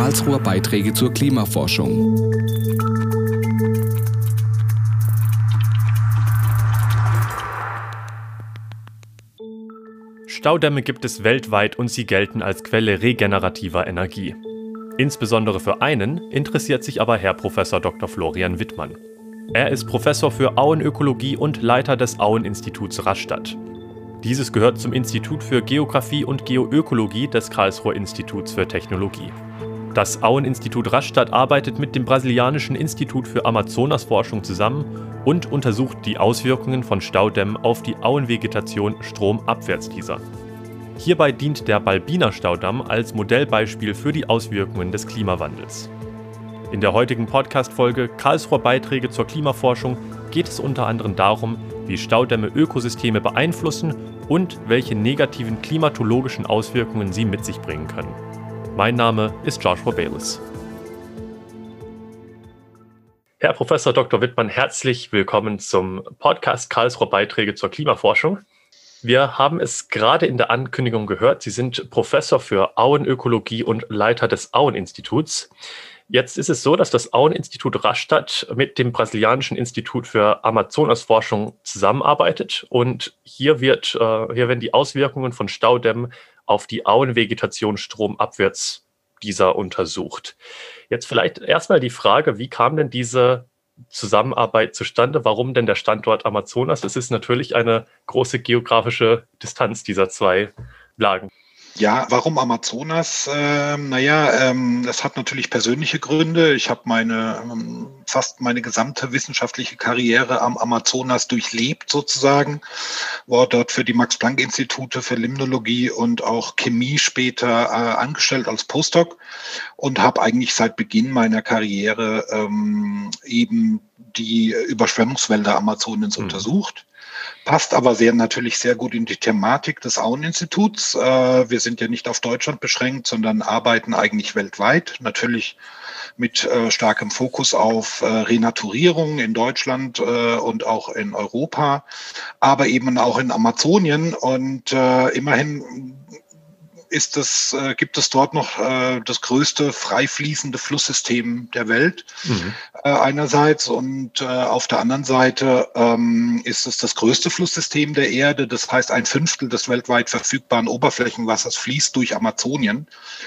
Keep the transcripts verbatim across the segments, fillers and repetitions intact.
Karlsruher Beiträge zur Klimaforschung. Staudämme gibt es weltweit und sie gelten als Quelle regenerativer Energie. Insbesondere für einen interessiert sich aber Herr Professor Doktor Florian Wittmann. Er ist Professor für Auenökologie und Leiter des Aueninstituts Rastatt. Dieses gehört zum Institut für Geographie und Geoökologie des Karlsruher Instituts für Technologie. Das Aueninstitut Rastatt arbeitet mit dem brasilianischen Institut für Amazonasforschung zusammen und untersucht die Auswirkungen von Staudämmen auf die Auenvegetation stromabwärts dieser. Hierbei dient der Balbiner Staudamm als Modellbeispiel für die Auswirkungen des Klimawandels. In der heutigen Podcast-Folge Karlsruher Beiträge zur Klimaforschung geht es unter anderem darum, wie Staudämme Ökosysteme beeinflussen und welche negativen klimatologischen Auswirkungen sie mit sich bringen können. Mein Name ist Joshua Bayless. Herr Professor Doktor Wittmann, herzlich willkommen zum Podcast Karlsruher Beiträge zur Klimaforschung. Wir haben es gerade in der Ankündigung gehört, Sie sind Professor für Auenökologie und Leiter des Aueninstituts. Jetzt ist es so, dass das Aueninstitut Rastatt mit dem brasilianischen Institut für Amazonasforschung zusammenarbeitet und hier, wird, äh, hier werden die Auswirkungen von Staudämmen auf die Auenvegetation stromabwärts dieser untersucht. Jetzt vielleicht erstmal die Frage, wie kam denn diese Zusammenarbeit zustande? Warum denn der Standort Amazonas? Es ist natürlich eine große geografische Distanz dieser zwei Lagen. Ja, warum Amazonas? Ähm, naja, ähm, das hat natürlich persönliche Gründe. Ich habe meine ähm, fast meine gesamte wissenschaftliche Karriere am Amazonas durchlebt sozusagen, war dort für die Max-Planck-Institute für Limnologie und auch Chemie später äh, angestellt als Postdoc und habe eigentlich seit Beginn meiner Karriere ähm, eben die Überschwemmungswälder Amazoniens mhm. untersucht. Passt aber sehr natürlich sehr gut in die Thematik des Aueninstituts. Äh, wir sind ja nicht auf Deutschland beschränkt, sondern arbeiten eigentlich weltweit. Natürlich mit äh, starkem Fokus auf äh, Renaturierung in Deutschland äh, und auch in Europa, aber eben auch in Amazonien. Und äh, immerhin ist es, äh, gibt es dort noch äh, das größte frei fließende Flusssystem der Welt mhm. äh, einerseits und äh, auf der anderen Seite ähm, ist es das größte Flusssystem der Erde. Das heißt, ein Fünftel des weltweit verfügbaren Oberflächenwassers fließt durch Amazonien.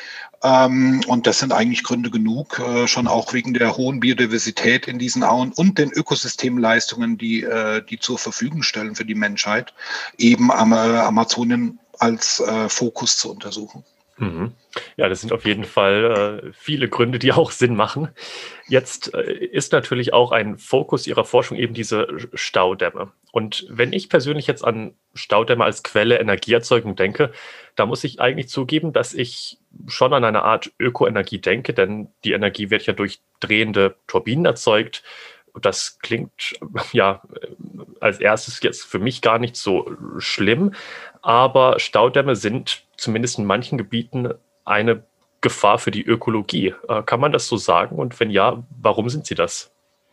Ähm, und das sind eigentlich Gründe genug, äh, schon auch wegen der hohen Biodiversität in diesen Auen und den Ökosystemleistungen, die, äh, die zur Verfügung stellen für die Menschheit, eben am äh, Amazonien als äh, Fokus zu untersuchen. Mhm. Ja, das sind auf jeden Fall äh, viele Gründe, die auch Sinn machen. Jetzt äh, ist natürlich auch ein Fokus Ihrer Forschung eben diese Staudämme. Und wenn ich persönlich jetzt an Staudämme als Quelle Energieerzeugung denke, da muss ich eigentlich zugeben, dass ich schon an eine Art Ökoenergie denke, denn die Energie wird ja durch drehende Turbinen erzeugt. Das klingt ja als erstes jetzt für mich gar nicht so schlimm, aber Staudämme sind zumindest in manchen Gebieten eine Gefahr für die Ökologie. Kann man das so sagen? Und wenn ja, warum sind sie das?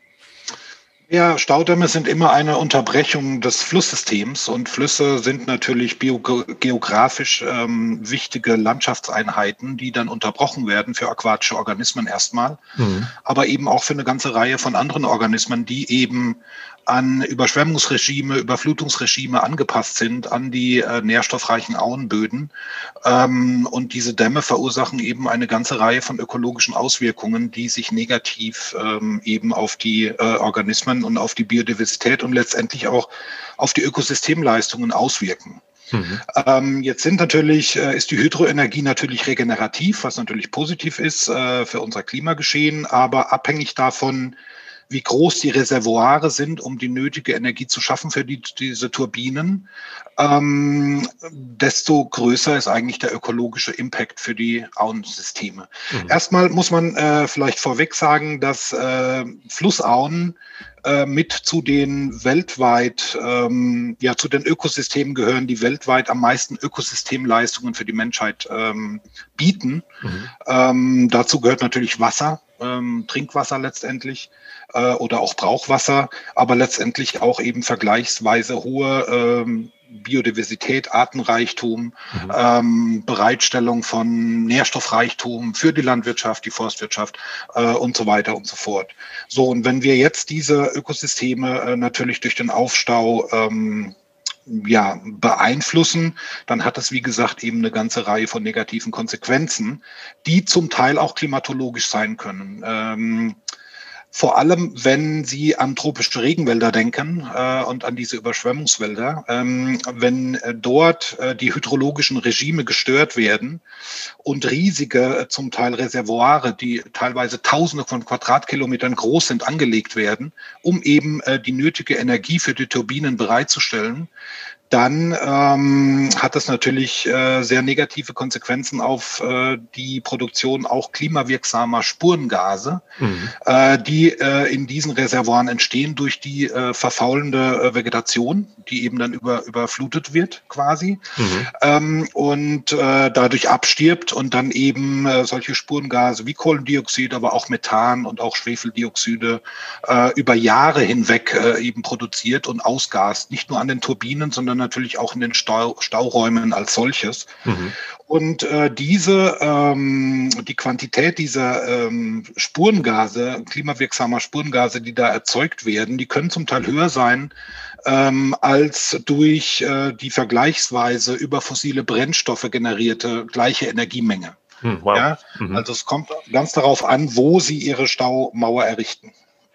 Ja, Staudämme sind immer eine Unterbrechung des Flusssystems und Flüsse sind natürlich biogeografisch ähm, wichtige Landschaftseinheiten, die dann unterbrochen werden für aquatische Organismen erstmal, mhm. aber eben auch für eine ganze Reihe von anderen Organismen, die eben an Überschwemmungsregime, Überflutungsregime angepasst sind, an die äh, nährstoffreichen Auenböden. Ähm, und diese Dämme verursachen eben eine ganze Reihe von ökologischen Auswirkungen, die sich negativ ähm, eben auf die äh, Organismen und auf die Biodiversität und letztendlich auch auf die Ökosystemleistungen auswirken. Mhm. Ähm, jetzt sind natürlich, äh, ist die Hydroenergie natürlich regenerativ, was natürlich positiv ist äh, für unser Klimageschehen, aber abhängig davon, wie groß die Reservoire sind, um die nötige Energie zu schaffen für die, diese Turbinen, ähm, desto größer ist eigentlich der ökologische Impact für die Auensysteme. Mhm. Erstmal muss man äh, vielleicht vorweg sagen, dass äh, Flussauen äh, mit zu den weltweit, ähm, ja, zu den Ökosystemen gehören, die weltweit am meisten Ökosystemleistungen für die Menschheit ähm, bieten. Mhm. Ähm, dazu gehört natürlich Wasser. Ähm, Trinkwasser letztendlich äh, oder auch Brauchwasser, aber letztendlich auch eben vergleichsweise hohe ähm, Biodiversität, Artenreichtum, Mhm. ähm, Bereitstellung von Nährstoffreichtum für die Landwirtschaft, die Forstwirtschaft äh, und so weiter und so fort. So, und wenn wir jetzt diese Ökosysteme äh, natürlich durch den Aufstau ähm, ja, beeinflussen, dann hat das, wie gesagt, eben eine ganze Reihe von negativen Konsequenzen, die zum Teil auch klimatologisch sein können. Ähm, vor allem, wenn Sie an tropische Regenwälder denken äh, und an diese Überschwemmungswälder, ähm, wenn äh, dort äh, die hydrologischen Regime gestört werden und riesige, äh, zum Teil Reservoire, die teilweise Tausende von Quadratkilometern groß sind, angelegt werden, um eben äh, die nötige Energie für die Turbinen bereitzustellen, dann ähm, hat das natürlich äh, sehr negative Konsequenzen auf äh, die Produktion auch klimawirksamer Spurengase, Mhm. äh, die äh, in diesen Reservoiren entstehen durch die äh, verfaulende äh, Vegetation, die eben dann über, überflutet wird quasi Mhm. ähm, und äh, dadurch abstirbt und dann eben äh, solche Spurengase wie Kohlendioxid, aber auch Methan und auch Schwefeldioxide äh, über Jahre hinweg äh, eben produziert und ausgast, nicht nur an den Turbinen, sondern natürlich auch in den Stau, Stauräumen als solches. Mhm. Und äh, diese, ähm, die Quantität dieser ähm, Spurengase, klimawirksamer Spurengase, die da erzeugt werden, die können zum Teil höher sein ähm, als durch äh, die vergleichsweise über fossile Brennstoffe generierte gleiche Energiemenge. Mhm. Wow. Ja, Mhm. also es kommt ganz darauf an, wo Sie Ihre Staumauer errichten.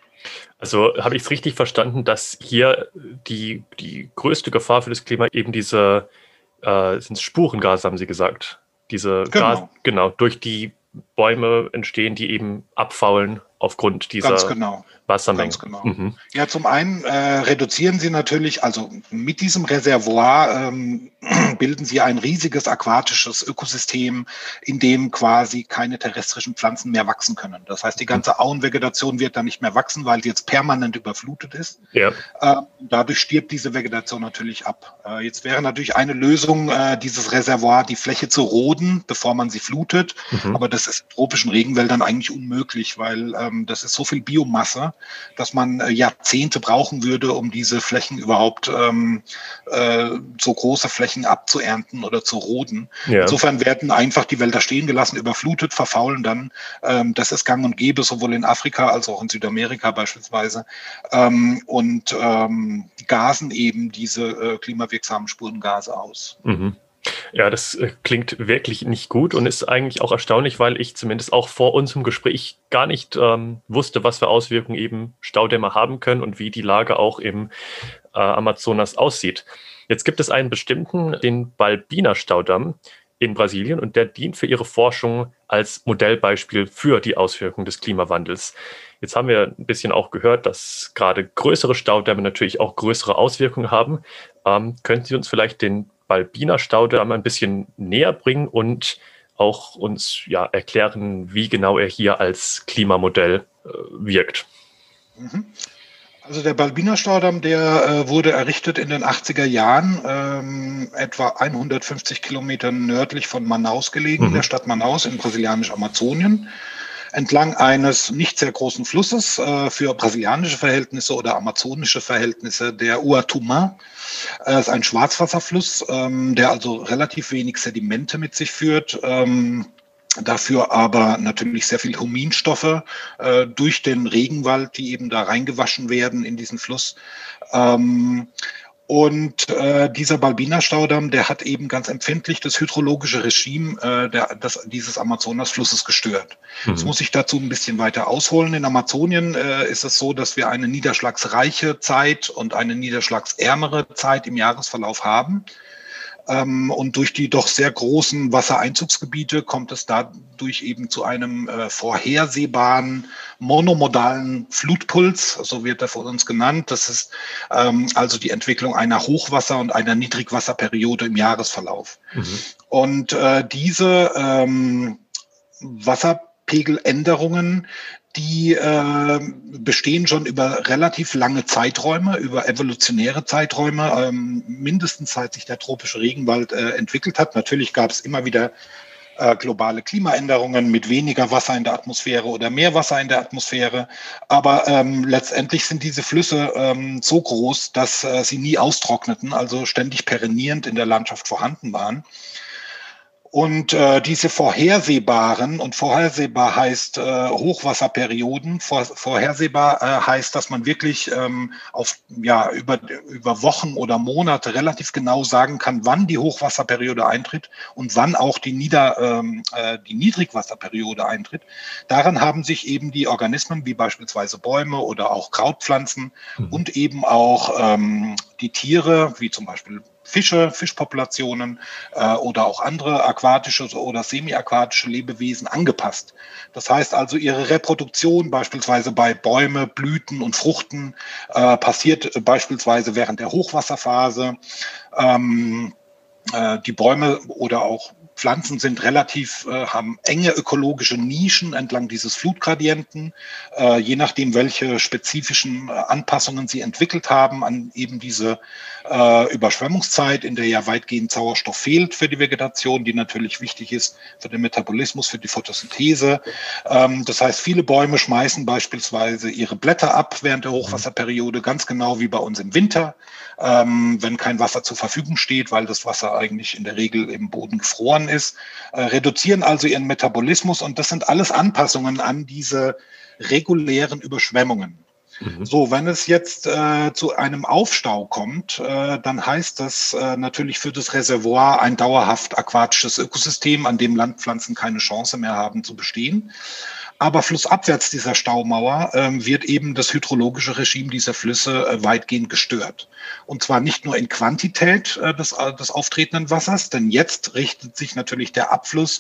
Also habe ich es richtig verstanden, dass hier die, die größte Gefahr für das Klima eben diese äh, sind Spurengase, haben Sie gesagt. Diese Gas, Genau. genau, durch die Bäume entstehen, die eben abfaulen aufgrund Ganz dieser genau, Wassermenge. ganz genau. Mhm. Ja, zum einen äh, reduzieren Sie natürlich, also mit diesem Reservoir ähm, bilden Sie ein riesiges aquatisches Ökosystem, in dem quasi keine terrestrischen Pflanzen mehr wachsen können. Das heißt, die ganze Auenvegetation wird dann nicht mehr wachsen, weil sie jetzt permanent überflutet ist. Ja. Äh, dadurch stirbt diese Vegetation natürlich ab. Äh, jetzt wäre natürlich eine Lösung, äh, dieses Reservoir, die Fläche zu roden, bevor man sie flutet. Mhm. Aber das ist in tropischen Regenwäldern eigentlich unmöglich, weil ähm, das ist so viel Biomasse, dass man äh, Jahrzehnte brauchen würde, um diese Flächen überhaupt ähm, äh, so große Flächen abzuernten oder zu roden. Ja. Insofern werden einfach die Wälder stehen gelassen, überflutet, verfaulen dann. Ähm, das ist gang und gäbe, sowohl in Afrika als auch in Südamerika beispielsweise. Ähm, und ähm, gasen eben diese äh, klimawirksamen Spurengase aus. Mhm. Ja, das äh, klingt wirklich nicht gut und ist eigentlich auch erstaunlich, weil ich zumindest auch vor unserem Gespräch gar nicht ähm, wusste, was für Auswirkungen eben Staudämme haben können und wie die Lage auch im äh, Amazonas aussieht. Jetzt gibt es einen bestimmten, den Balbina-Staudamm in Brasilien, und der dient für ihre Forschung als Modellbeispiel für die Auswirkungen des Klimawandels. Jetzt haben wir ein bisschen auch gehört, dass gerade größere Staudämme natürlich auch größere Auswirkungen haben. Ähm, könnten Sie uns vielleicht den Balbina-Staudamm ein bisschen näher bringen und auch uns ja erklären, wie genau er hier als Klimamodell äh, wirkt? Mhm. Also der Balbina-Staudamm, der äh, wurde errichtet in den achtziger Jahren, ähm, etwa hundertfünfzig Kilometer nördlich von Manaus gelegen, Mhm. der Stadt Manaus in brasilianisch-Amazonien, entlang eines nicht sehr großen Flusses, äh, für brasilianische Verhältnisse oder amazonische Verhältnisse, der Uatumã. Es ist ein Schwarzwasserfluss, ähm, der also relativ wenig Sedimente mit sich führt. Ähm, Dafür aber natürlich sehr viel Huminstoffe äh, durch den Regenwald, die eben da reingewaschen werden in diesen Fluss. Ähm, und äh, dieser Balbina-Staudamm, der hat eben ganz empfindlich das hydrologische Regime äh, der, das, dieses Amazonasflusses gestört. Mhm. Jetzt muss ich dazu ein bisschen weiter ausholen. In Amazonien äh, ist es so, dass wir eine niederschlagsreiche Zeit und eine niederschlagsärmere Zeit im Jahresverlauf haben. Ähm, und durch die doch sehr großen Wassereinzugsgebiete kommt es dadurch eben zu einem äh, vorhersehbaren monomodalen Flutpuls, so wird er von uns genannt. Das ist ähm, also die Entwicklung einer Hochwasser- und einer Niedrigwasserperiode im Jahresverlauf. Mhm. Und äh, diese ähm, Wasserpegeländerungen, die äh, bestehen schon über relativ lange Zeiträume, über evolutionäre Zeiträume, ähm, mindestens seit sich der tropische Regenwald äh, entwickelt hat. Natürlich gab es immer wieder äh, globale Klimaänderungen mit weniger Wasser in der Atmosphäre oder mehr Wasser in der Atmosphäre. Aber ähm, letztendlich sind diese Flüsse ähm, so groß, dass äh, sie nie austrockneten, also ständig perennierend in der Landschaft vorhanden waren. Und äh, diese vorhersehbaren, und vorhersehbar heißt äh, Hochwasserperioden, vor, vorhersehbar äh, heißt, dass man wirklich ähm, auf, ja, über, über Wochen oder Monate relativ genau sagen kann, wann die Hochwasserperiode eintritt und wann auch die, Nieder, ähm, äh, die Niedrigwasserperiode eintritt. Daran haben sich eben die Organismen, wie beispielsweise Bäume oder auch Krautpflanzen mhm. und eben auch ähm, die Tiere, wie zum Beispiel Fische, Fischpopulationen äh, oder auch andere aquatische oder semi-aquatische Lebewesen angepasst. Das heißt also, ihre Reproduktion beispielsweise bei Bäume, Blüten und Fruchten äh, passiert äh, beispielsweise während der Hochwasserphase. Ähm, äh, die Bäume oder auch Pflanzen sind relativ, äh, haben enge ökologische Nischen entlang dieses Flutgradienten, äh, je nachdem, welche spezifischen äh, Anpassungen sie entwickelt haben an eben diese äh, Überschwemmungszeit, in der ja weitgehend Sauerstoff fehlt für die Vegetation, die natürlich wichtig ist für den Metabolismus, für die Photosynthese. Ähm, das heißt, viele Bäume schmeißen beispielsweise ihre Blätter ab während der Hochwasserperiode, ganz genau wie bei uns im Winter, ähm, wenn kein Wasser zur Verfügung steht, weil das Wasser eigentlich in der Regel im Boden gefroren ist, äh, reduzieren also ihren Metabolismus, und das sind alles Anpassungen an diese regulären Überschwemmungen. Mhm. So, wenn es jetzt äh, zu einem Aufstau kommt, äh, dann heißt das äh, natürlich für das Reservoir ein dauerhaft aquatisches Ökosystem, an dem Landpflanzen keine Chance mehr haben zu bestehen. Aber flussabwärts dieser Staumauer ähm, wird eben das hydrologische Regime dieser Flüsse äh, weitgehend gestört. Und zwar nicht nur in Quantität äh, des, äh, des auftretenden Wassers, denn jetzt richtet sich natürlich der Abfluss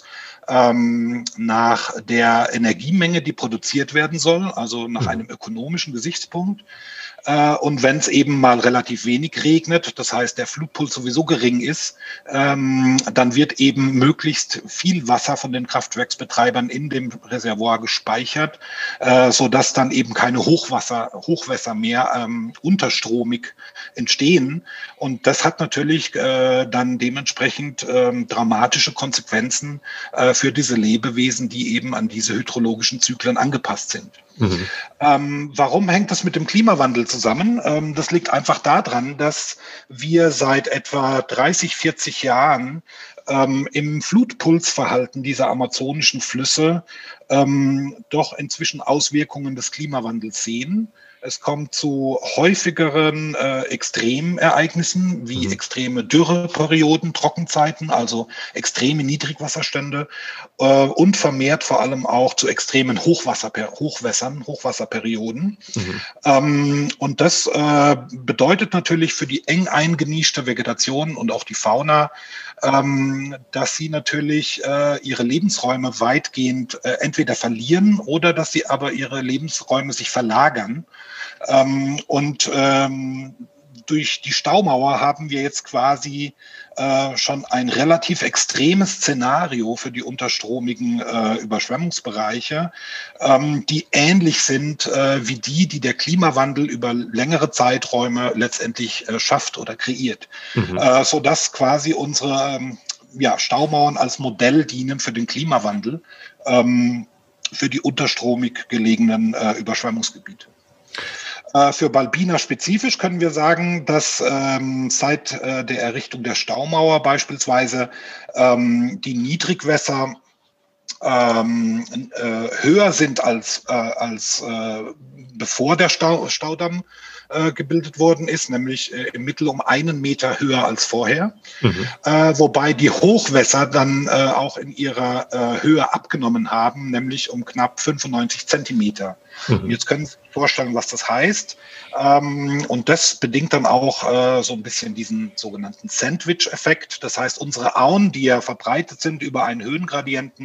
ähm, nach der Energiemenge, die produziert werden soll, also nach einem ökonomischen Gesichtspunkt. Äh, und wenn es eben mal relativ wenig regnet, das heißt der Flutpuls sowieso gering ist, ähm, dann wird eben möglichst viel Wasser von den Kraftwerksbetreibern in dem Reservoir gespeichert, äh, sodass dann eben keine Hochwasser, Hochwässer mehr ähm, unterstromig entstehen. Und das hat natürlich äh, dann dementsprechend ähm, dramatische Konsequenzen äh, für diese Lebewesen, die eben an diese hydrologischen Zyklen angepasst sind. Mhm. Ähm, warum hängt das mit dem Klimawandel zusammen? Ähm, das liegt einfach daran, dass wir seit etwa dreißig, vierzig Jahren ähm, im Flutpulsverhalten dieser amazonischen Flüsse ähm, doch inzwischen Auswirkungen des Klimawandels sehen. Es kommt zu häufigeren äh, Extremereignissen wie mhm. extreme Dürreperioden, Trockenzeiten, also extreme Niedrigwasserstände äh, und vermehrt vor allem auch zu extremen Hochwasser, Hochwässern, Hochwasserperioden. Mhm. Ähm, und das äh, bedeutet natürlich für die eng eingenischte Vegetation und auch die Fauna, ähm, dass sie natürlich äh, ihre Lebensräume weitgehend äh, entweder verlieren oder dass sie aber ihre Lebensräume sich verlagern. Ähm, und ähm, durch die Staumauer haben wir jetzt quasi äh, schon ein relativ extremes Szenario für die unterstromigen äh, Überschwemmungsbereiche, ähm, die ähnlich sind äh, wie die, die der Klimawandel über längere Zeiträume letztendlich äh, schafft oder kreiert, mhm. äh, sodass quasi unsere ähm, ja, Staumauern als Modell dienen für den Klimawandel, ähm, für die unterstromig gelegenen äh, Überschwemmungsgebiete. Für Balbina spezifisch können wir sagen, dass ähm, seit äh, der Errichtung der Staumauer beispielsweise ähm, die Niedrigwässer ähm, äh, höher sind als, äh, als äh, bevor der Stau, Staudamm äh, gebildet worden ist, nämlich äh, im Mittel um einen Meter höher als vorher. Mhm. Äh, wobei die Hochwässer dann äh, auch in ihrer äh, Höhe abgenommen haben, nämlich um knapp fünfundneunzig Zentimeter. Mhm. Jetzt können Sie sich vorstellen, was das heißt. Ähm, und das bedingt dann auch äh, so ein bisschen diesen sogenannten Sandwich-Effekt. Das heißt, unsere Auen, die ja verbreitet sind über einen Höhengradienten,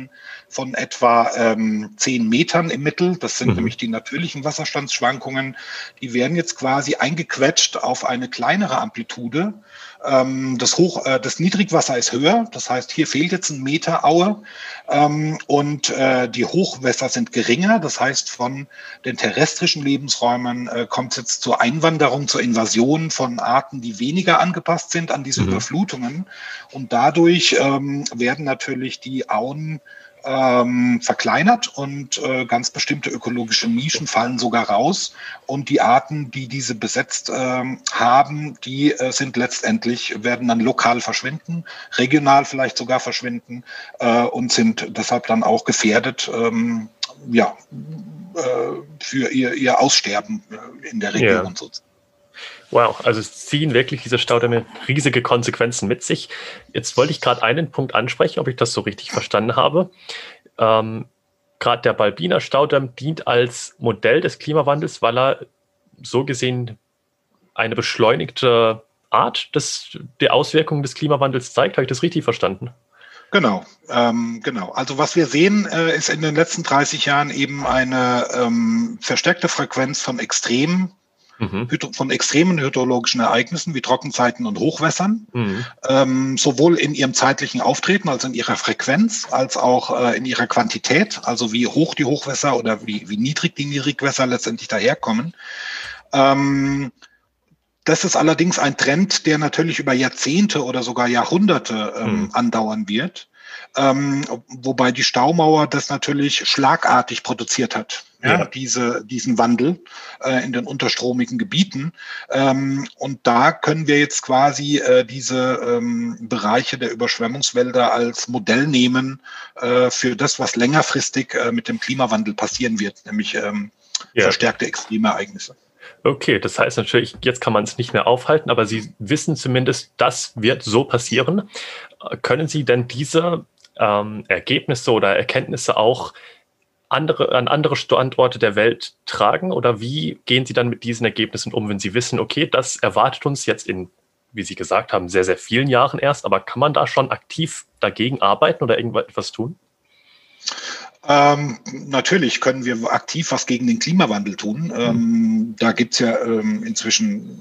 von etwa ähm, zehn Metern im Mittel. Das sind Mhm. nämlich die natürlichen Wasserstandsschwankungen. Die werden jetzt quasi eingequetscht auf eine kleinere Amplitude. Ähm, das, Hoch, äh, das Niedrigwasser ist höher, das heißt, hier fehlt jetzt ein Meter Aue. Ähm, und äh, die Hochwässer sind geringer, das heißt, von den terrestrischen Lebensräumen äh, kommt es jetzt zur Einwanderung, zur Invasion von Arten, die weniger angepasst sind an diese Mhm. Überflutungen. Und dadurch ähm, werden natürlich die Auen ähm, verkleinert und äh, ganz bestimmte ökologische Nischen fallen sogar raus. Und die Arten, die diese besetzt ähm, haben, die äh, sind letztendlich, werden dann lokal verschwinden, regional vielleicht sogar verschwinden äh, und sind deshalb dann auch gefährdet, ähm, ja, äh, für ihr, ihr Aussterben äh, in der Region. Ja. So. Wow, also es ziehen wirklich diese Staudämme riesige Konsequenzen mit sich. Jetzt wollte ich gerade einen Punkt ansprechen, ob ich das so richtig verstanden habe. Ähm, gerade der Balbiner Staudamm dient als Modell des Klimawandels, weil er so gesehen eine beschleunigte Art des, der Auswirkungen des Klimawandels zeigt. Habe ich das richtig verstanden? Genau, ähm, genau. Also was wir sehen, äh, ist in den letzten dreißig Jahren eben eine ähm, verstärkte Frequenz von Extremen, Mhm. von extremen hydrologischen Ereignissen wie Trockenzeiten und Hochwässern, Mhm. ähm, sowohl in ihrem zeitlichen Auftreten, also in ihrer Frequenz, als auch äh, in ihrer Quantität, also wie hoch die Hochwässer oder wie, wie niedrig die Niedrigwässer letztendlich daherkommen. Ähm, Das ist allerdings ein Trend, der natürlich über Jahrzehnte oder sogar Jahrhunderte ähm, Mhm. andauern wird, ähm, wobei die Staumauer das natürlich schlagartig produziert hat, ja, Ja. diese, diesen Wandel äh, in den unterstromigen Gebieten. Ähm, und da können wir jetzt quasi äh, diese ähm, Bereiche der Überschwemmungswälder als Modell nehmen äh, für das, was längerfristig äh, mit dem Klimawandel passieren wird, nämlich ähm, Ja. verstärkte Extremereignisse. Okay, das heißt natürlich, jetzt kann man es nicht mehr aufhalten, aber Sie wissen zumindest, das wird so passieren. Äh, Können Sie denn diese ähm, Ergebnisse oder Erkenntnisse auch andere, an andere Standorte der Welt tragen? Oder wie gehen Sie dann mit diesen Ergebnissen um, wenn Sie wissen, okay, das erwartet uns jetzt in, wie Sie gesagt haben, sehr, sehr vielen Jahren erst, aber kann man da schon aktiv dagegen arbeiten oder irgendwas tun? Ähm, natürlich können wir aktiv was gegen den Klimawandel tun. Ähm, da gibt's ja ähm, inzwischen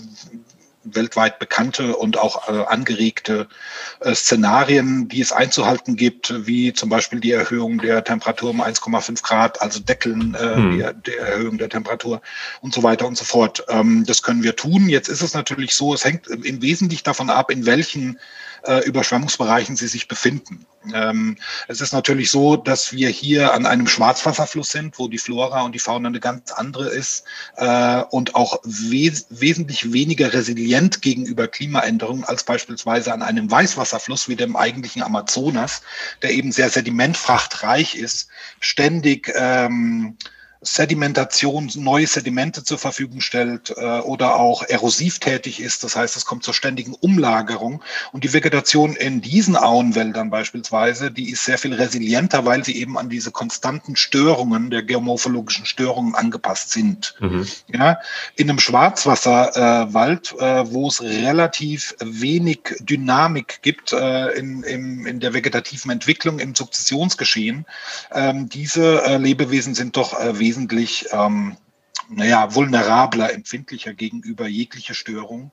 weltweit bekannte und auch äh, angeregte äh, Szenarien, die es einzuhalten gibt, wie zum Beispiel die Erhöhung der Temperatur um eins Komma fünf Grad, also Deckeln äh, Hm. der, der Erhöhung der Temperatur und so weiter und so fort. Ähm, das können wir tun. Jetzt ist es natürlich so, es hängt im Wesentlichen davon ab, in welchen äh, Überschwemmungsbereichen sie sich befinden. Ähm, es ist natürlich so, dass wir hier an einem Schwarzwasserfluss sind, wo die Flora und die Fauna eine ganz andere ist äh, und auch wes wesentlich weniger resilient gegenüber Klimaänderungen als beispielsweise an einem Weißwasserfluss wie dem eigentlichen Amazonas, der eben sehr sedimentfrachtreich ist, ständig ähm, Sedimentation, neue Sedimente zur Verfügung stellt äh, oder auch erosiv tätig ist. Das heißt, es kommt zur ständigen Umlagerung. Und die Vegetation in diesen Auenwäldern beispielsweise, die ist sehr viel resilienter, weil sie eben an diese konstanten Störungen, der geomorphologischen Störungen angepasst sind. Mhm. Ja, in einem Schwarzwasserwald, äh, äh, wo es relativ wenig Dynamik gibt äh, in, in, in der vegetativen Entwicklung, im Sukzessionsgeschehen, ähm, diese äh, Lebewesen sind doch äh, wesentlich wesentlich ähm, naja, vulnerabler, empfindlicher gegenüber jeglicher Störung.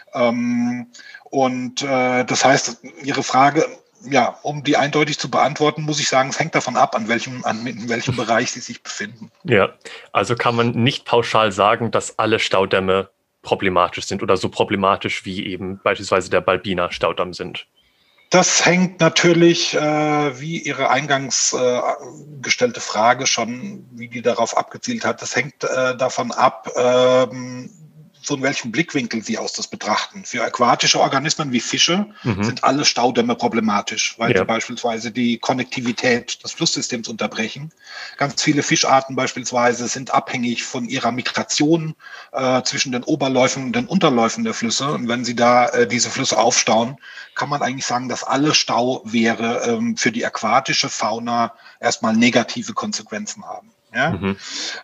Ähm, und äh, das heißt, Ihre Frage, ja, um die eindeutig zu beantworten, muss ich sagen, es hängt davon ab, an welchem, an, in welchem Bereich Sie sich befinden. Ja, also kann man nicht pauschal sagen, dass alle Staudämme problematisch sind oder so problematisch wie eben beispielsweise der Balbiner Staudamm sind. Das hängt natürlich, äh, wie Ihre eingangs äh, gestellte Frage schon, wie die darauf abgezielt hat, das hängt äh, davon ab, ähm, von welchem Blickwinkel Sie aus das betrachten. Für aquatische Organismen wie Fische Mhm. sind alle Staudämme problematisch, weil Ja. sie beispielsweise die Konnektivität des Flusssystems unterbrechen. Ganz viele Fischarten beispielsweise sind abhängig von ihrer Migration äh, zwischen den Oberläufen und den Unterläufen der Flüsse. Und wenn sie da äh, diese Flüsse aufstauen, kann man eigentlich sagen, dass alle Stauwehre ähm, für die aquatische Fauna erstmal negative Konsequenzen haben. Ja? Mhm.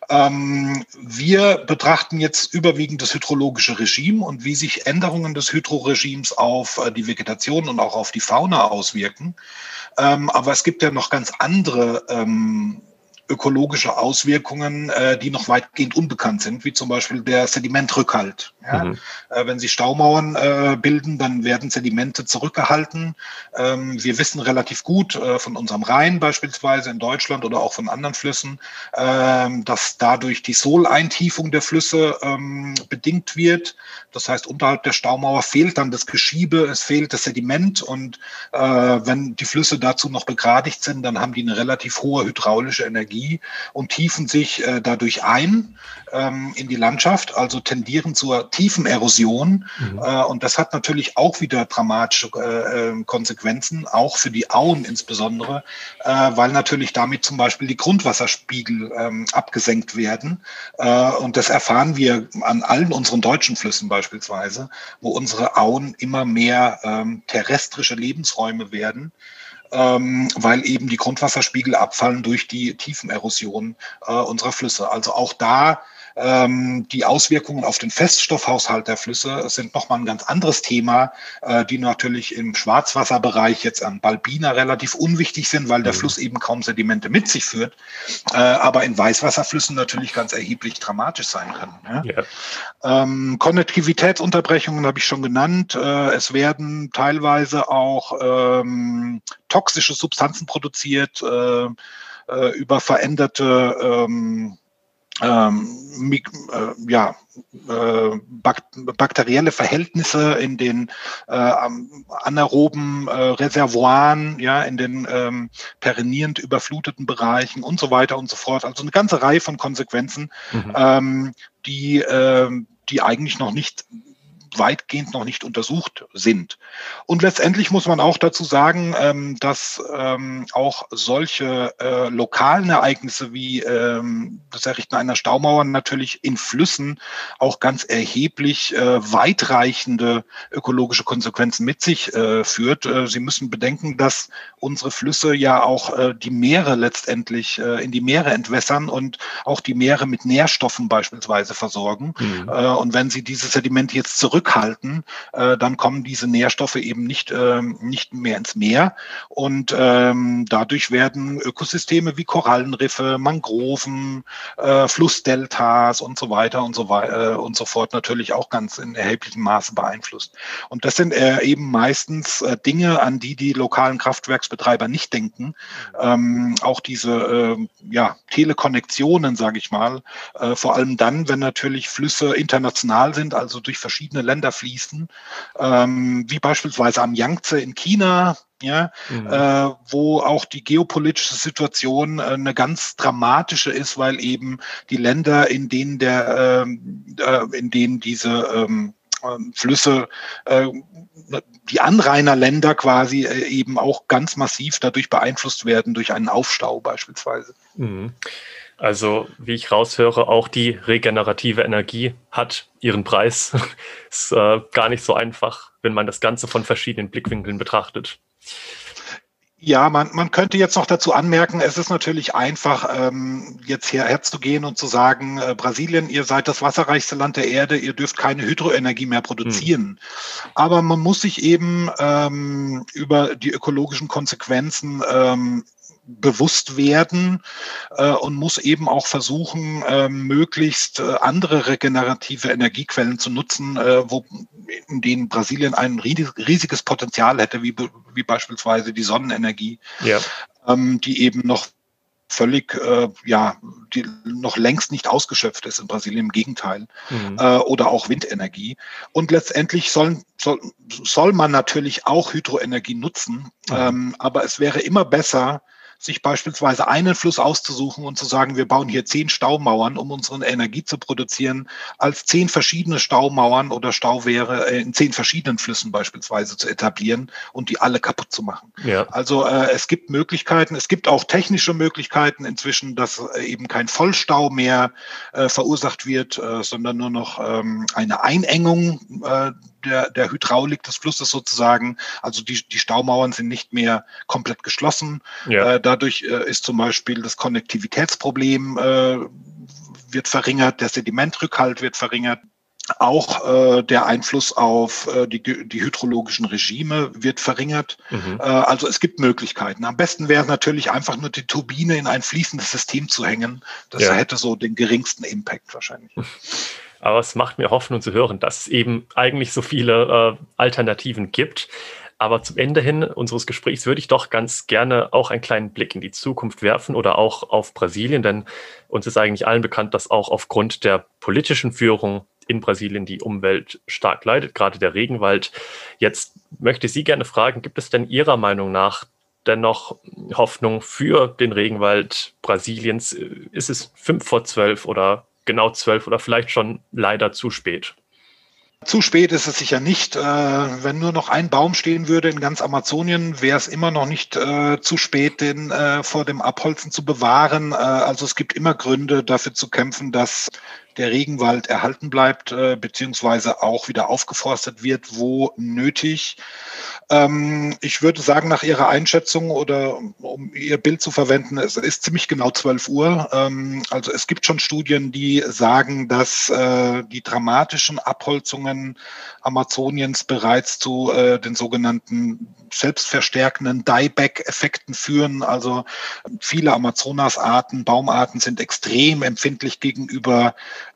Ähm, wir betrachten jetzt überwiegend das hydrologische Regime und wie sich Änderungen des Hydroregimes auf äh, die Vegetation und auch auf die Fauna auswirken. Ähm, aber es gibt ja noch ganz andere ähm, ökologische Auswirkungen, äh, die noch weitgehend unbekannt sind, wie zum Beispiel der Sedimentrückhalt. Ja? Mhm. Äh, wenn Sie Staumauern äh, bilden, dann werden Sedimente zurückgehalten. Ähm, wir wissen relativ gut äh, von unserem Rhein beispielsweise in Deutschland oder auch von anderen Flüssen, ähm, dass dadurch die Sohleintiefung der Flüsse ähm, bedingt wird. Das heißt, unterhalb der Staumauer fehlt dann das Geschiebe, es fehlt das Sediment und äh, wenn die Flüsse dazu noch begradigt sind, dann haben die eine relativ hohe hydraulische Energie und tiefen sich äh, dadurch ein ähm, in die Landschaft, also tendieren zur tiefen Erosion. Mhm. Äh, und das hat natürlich auch wieder dramatische äh, Konsequenzen, auch für die Auen insbesondere, äh, weil natürlich damit zum Beispiel die Grundwasserspiegel ähm, abgesenkt werden. Äh, und das erfahren wir an allen unseren deutschen Flüssen beispielsweise, wo unsere Auen immer mehr ähm, terrestrische Lebensräume werden. Ähm, weil eben die Grundwasserspiegel abfallen durch die Tiefenerosion äh, unserer Flüsse. Also auch da ähm, die Auswirkungen auf den Feststoffhaushalt der Flüsse sind nochmal ein ganz anderes Thema, äh, die natürlich im Schwarzwasserbereich jetzt an Balbina relativ unwichtig sind, weil der Mhm. Fluss eben kaum Sedimente mit sich führt, äh, aber in Weißwasserflüssen natürlich ganz erheblich dramatisch sein können. Ja? Ja. Ähm, Konnektivitätsunterbrechungen habe ich schon genannt. Äh, es werden teilweise auch ähm, toxische Substanzen produziert äh, äh, über veränderte ähm, ähm, Mik äh, ja, äh, bak bakterielle Verhältnisse in den äh, anaeroben äh, Reservoiren, ja, in den ähm, perennierend überfluteten Bereichen und so weiter und so fort. Also eine ganze Reihe von Konsequenzen, Mhm. ähm, die, äh, die eigentlich noch nicht weitgehend noch nicht untersucht sind. Und letztendlich muss man auch dazu sagen, ähm, dass ähm, auch solche äh, lokalen Ereignisse wie ähm, das Errichten einer Staumauer natürlich in Flüssen auch ganz erheblich äh, weitreichende ökologische Konsequenzen mit sich äh, führt. Äh, Sie müssen bedenken, dass unsere Flüsse ja auch äh, die Meere letztendlich äh, in die Meere entwässern und auch die Meere mit Nährstoffen beispielsweise versorgen. Mhm. Äh, und wenn Sie diese Sedimente jetzt zurückhalten, äh, dann kommen diese Nährstoffe eben nicht, ähm, nicht mehr ins Meer. Und ähm, dadurch werden Ökosysteme wie Korallenriffe, Mangroven, äh, Flussdeltas und so weiter und so weiter äh, und so fort natürlich auch ganz in erheblichem Maße beeinflusst. Und das sind äh, eben meistens äh, Dinge, an die die lokalen Kraftwerksbetreiber nicht denken. Ähm, auch diese äh, ja, Telekonnektionen, sage ich mal, äh, vor allem dann, wenn natürlich Flüsse international sind, also durch verschiedene Länder fließen, ähm, wie beispielsweise am Yangtze in China, ja, Mhm. äh, wo auch die geopolitische Situation äh, eine ganz dramatische ist, weil eben die Länder, in denen der, äh, in denen diese ähm, Flüsse, äh, die Anrainerländer quasi äh, eben auch ganz massiv dadurch beeinflusst werden, durch einen Aufstau beispielsweise. Mhm. Also, wie ich raushöre, auch die regenerative Energie hat ihren Preis. Ist äh, gar nicht so einfach, wenn man das Ganze von verschiedenen Blickwinkeln betrachtet. Ja, man, man könnte jetzt noch dazu anmerken, es ist natürlich einfach, ähm, jetzt hierher zu gehen und zu sagen, äh, Brasilien, ihr seid das wasserreichste Land der Erde, ihr dürft keine Hydroenergie mehr produzieren. Hm. Aber man muss sich eben ähm, über die ökologischen Konsequenzen ähm, bewusst werden äh, und muss eben auch versuchen, äh, möglichst äh, andere regenerative Energiequellen zu nutzen, äh, wo, in denen Brasilien ein riesiges Potenzial hätte, wie, wie beispielsweise die Sonnenenergie, ja. ähm, die eben noch völlig, äh, ja, die noch längst nicht ausgeschöpft ist in Brasilien, im Gegenteil, mhm. äh, oder auch Windenergie. Und letztendlich sollen, soll, soll man natürlich auch Hydroenergie nutzen, mhm. ähm, aber es wäre immer besser, sich beispielsweise einen Fluss auszusuchen und zu sagen, wir bauen hier zehn Staumauern, um unsere Energie zu produzieren, als zehn verschiedene Staumauern oder Stauwehre in zehn verschiedenen Flüssen beispielsweise zu etablieren und die alle kaputt zu machen. Ja. Also äh, es gibt Möglichkeiten, es gibt auch technische Möglichkeiten inzwischen, dass äh, eben kein Vollstau mehr äh, verursacht wird, äh, sondern nur noch ähm, eine Einengung äh, der, der Hydraulik des Flusses sozusagen. Also die, die Staumauern sind nicht mehr komplett geschlossen. Ja. Äh, dadurch äh, ist zum Beispiel das Konnektivitätsproblem äh, wird verringert, der Sedimentrückhalt wird verringert. Auch äh, der Einfluss auf äh, die, die hydrologischen Regime wird verringert. Mhm. Äh, also es gibt Möglichkeiten. Am besten wäre natürlich einfach nur die Turbine in ein fließendes System zu hängen. Das Ja. hätte so den geringsten Impact wahrscheinlich. Aber es macht mir Hoffnung zu hören, dass es eben eigentlich so viele äh, Alternativen gibt. Aber zum Ende hin unseres Gesprächs würde ich doch ganz gerne auch einen kleinen Blick in die Zukunft werfen oder auch auf Brasilien, denn uns ist eigentlich allen bekannt, dass auch aufgrund der politischen Führung in Brasilien die Umwelt stark leidet, gerade der Regenwald. Jetzt möchte ich Sie gerne fragen, gibt es denn Ihrer Meinung nach dennoch Hoffnung für den Regenwald Brasiliens? Ist es fünf vor zwölf oder genau zwölf oder vielleicht schon leider zu spät? Zu spät ist es sicher nicht. Äh, wenn nur noch ein Baum stehen würde in ganz Amazonien, wäre es immer noch nicht äh, zu spät, den äh, vor dem Abholzen zu bewahren. Äh, also es gibt immer Gründe dafür zu kämpfen, dass der Regenwald erhalten bleibt, äh, beziehungsweise auch wieder aufgeforstet wird, wo nötig. Ähm, ich würde sagen, nach Ihrer Einschätzung oder um Ihr Bild zu verwenden, es ist ziemlich genau zwölf Uhr. Ähm, also es gibt schon Studien, die sagen, dass äh, die dramatischen Abholzungen Amazoniens bereits zu äh, den sogenannten selbstverstärkenden Dieback-Effekten führen. Also viele Amazonasarten, Baumarten sind extrem empfindlich gegenüber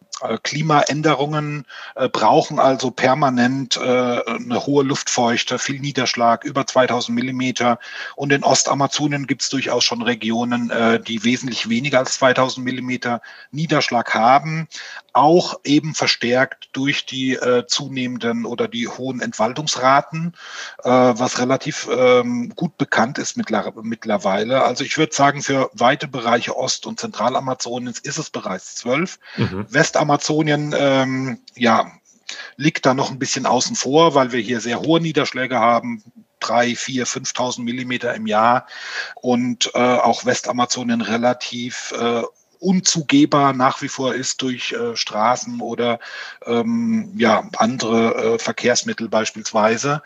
Klimaänderungen, äh, brauchen also permanent äh, eine hohe Luftfeuchte, viel Niederschlag, über zweitausend Millimeter. Und in Ostamazonien gibt es durchaus schon Regionen, äh, die wesentlich weniger als zweitausend Millimeter Niederschlag haben, auch eben verstärkt durch die äh, zunehmenden oder die hohen Entwaldungsraten, äh, was relativ ähm, gut bekannt ist mittler mittlerweile. Also ich würde sagen, für weite Bereiche Ost- und Zentralamazoniens ist es bereits zwölf. Mhm. Westamazonien, ähm, ja, liegt da noch ein bisschen außen vor, weil wir hier sehr hohe Niederschläge haben, drei, vier, fünftausend Millimeter im Jahr und äh, auch Westamazonien relativ äh, unzugehbar nach wie vor ist durch äh, Straßen oder ähm, ja, andere äh, Verkehrsmittel beispielsweise.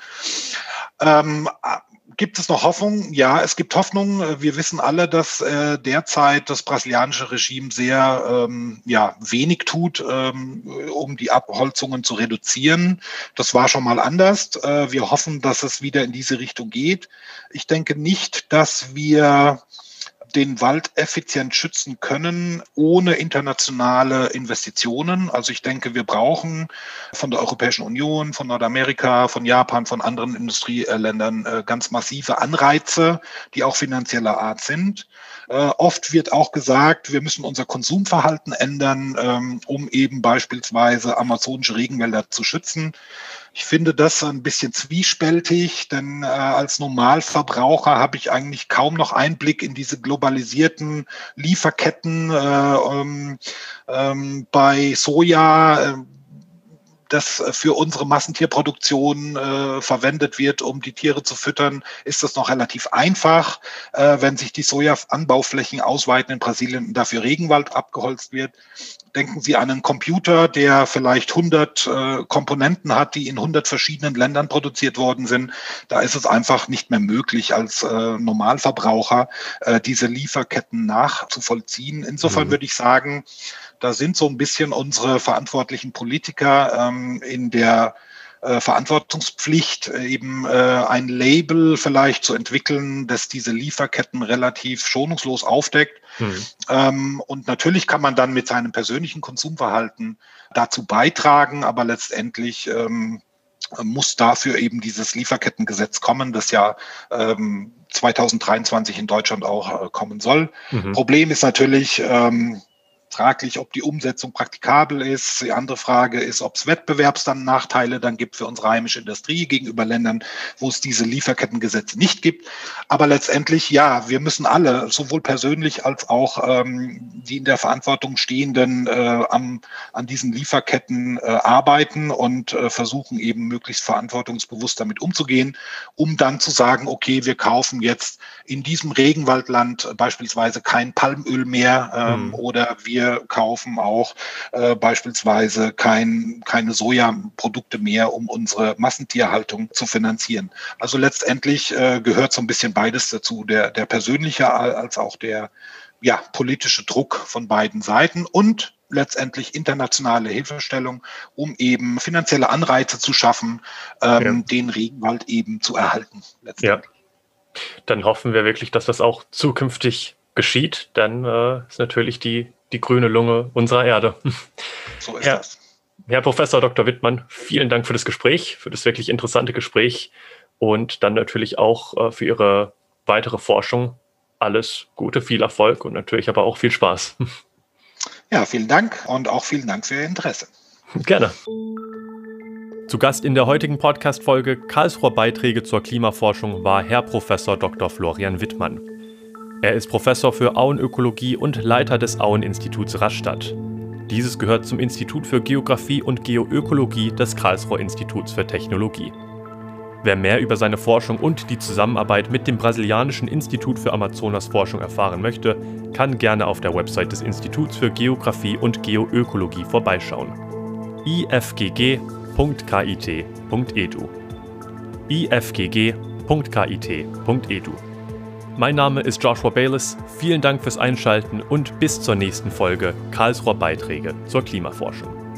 Ähm, Gibt es noch Hoffnung? Ja, es gibt Hoffnung. Wir wissen alle, dass äh, derzeit das brasilianische Regime sehr ähm, ja, wenig tut, ähm, um die Abholzungen zu reduzieren. Das war schon mal anders. Äh, wir hoffen, dass es wieder in diese Richtung geht. Ich denke nicht, dass wir den Wald effizient schützen können ohne internationale Investitionen. Also ich denke, wir brauchen von der Europäischen Union, von Nordamerika, von Japan, von anderen Industrieländern äh, ganz massive Anreize, die auch finanzieller Art sind. Äh, oft wird auch gesagt, wir müssen unser Konsumverhalten ändern, ähm, um eben beispielsweise amazonische Regenwälder zu schützen. Ich finde das ein bisschen zwiespältig, denn äh, als Normalverbraucher habe ich eigentlich kaum noch Einblick in diese globalisierten Lieferketten äh, ähm, ähm, bei Soja, äh, das für unsere Massentierproduktion äh, verwendet wird, um die Tiere zu füttern, ist das noch relativ einfach. Äh, wenn sich die Sojaanbauflächen ausweiten in Brasilien und dafür Regenwald abgeholzt wird, denken Sie an einen Computer, der vielleicht hundert äh, Komponenten hat, die in hundert verschiedenen Ländern produziert worden sind. Da ist es einfach nicht mehr möglich, als äh, Normalverbraucher äh, diese Lieferketten nachzuvollziehen. Insofern Mhm. würde ich sagen, da sind so ein bisschen unsere verantwortlichen Politiker ähm, in der äh, Verantwortungspflicht, eben äh, ein Label vielleicht zu entwickeln, das diese Lieferketten relativ schonungslos aufdeckt. Mhm. Ähm, und natürlich kann man dann mit seinem persönlichen Konsumverhalten dazu beitragen, aber letztendlich ähm, muss dafür eben dieses Lieferkettengesetz kommen, das ja ähm, zweitausenddreiundzwanzig in Deutschland auch äh, kommen soll. Mhm. Problem ist natürlich, ähm, fraglich, ob die Umsetzung praktikabel ist. Die andere Frage ist, ob es Wettbewerbsnachteile dann gibt für unsere heimische Industrie gegenüber Ländern, wo es diese Lieferkettengesetze nicht gibt. Aber letztendlich, ja, wir müssen alle, sowohl persönlich als auch ähm, die in der Verantwortung stehenden, äh, am, an diesen Lieferketten äh, arbeiten und äh, versuchen eben möglichst verantwortungsbewusst damit umzugehen, um dann zu sagen, okay, wir kaufen jetzt in diesem Regenwaldland beispielsweise kein Palmöl mehr ähm, Mhm. oder wir wir kaufen auch äh, beispielsweise kein, keine Sojaprodukte mehr, um unsere Massentierhaltung zu finanzieren. Also letztendlich äh, gehört so ein bisschen beides dazu, der, der persönliche als auch der ja, politische Druck von beiden Seiten und letztendlich internationale Hilfestellung, um eben finanzielle Anreize zu schaffen, ähm, ja. den Regenwald eben zu erhalten. Ja. Dann hoffen wir wirklich, dass das auch zukünftig geschieht. Dann äh, ist natürlich die, die grüne Lunge unserer Erde. So ist ja. das. Herr Professor Doktor Wittmann, vielen Dank für das Gespräch, für das wirklich interessante Gespräch und dann natürlich auch äh, für Ihre weitere Forschung. Alles Gute, viel Erfolg und natürlich aber auch viel Spaß. Ja, vielen Dank und auch vielen Dank für Ihr Interesse. Gerne. Zu Gast in der heutigen Podcast-Folge Karlsruher Beiträge zur Klimaforschung war Herr Professor Doktor Florian Wittmann. Er ist Professor für Auenökologie und Leiter des Aueninstituts Rastatt. Dieses gehört zum Institut für Geographie und Geoökologie des Karlsruher Instituts für Technologie. Wer mehr über seine Forschung und die Zusammenarbeit mit dem brasilianischen Institut für Amazonasforschung erfahren möchte, kann gerne auf der Website des Instituts für Geographie und Geoökologie vorbeischauen. i f g g punkt k i t punkt e d u i f g g punkt k i t punkt e d u. Mein Name ist Joshua Bayless, vielen Dank fürs Einschalten und bis zur nächsten Folge Karlsruher Beiträge zur Klimaforschung.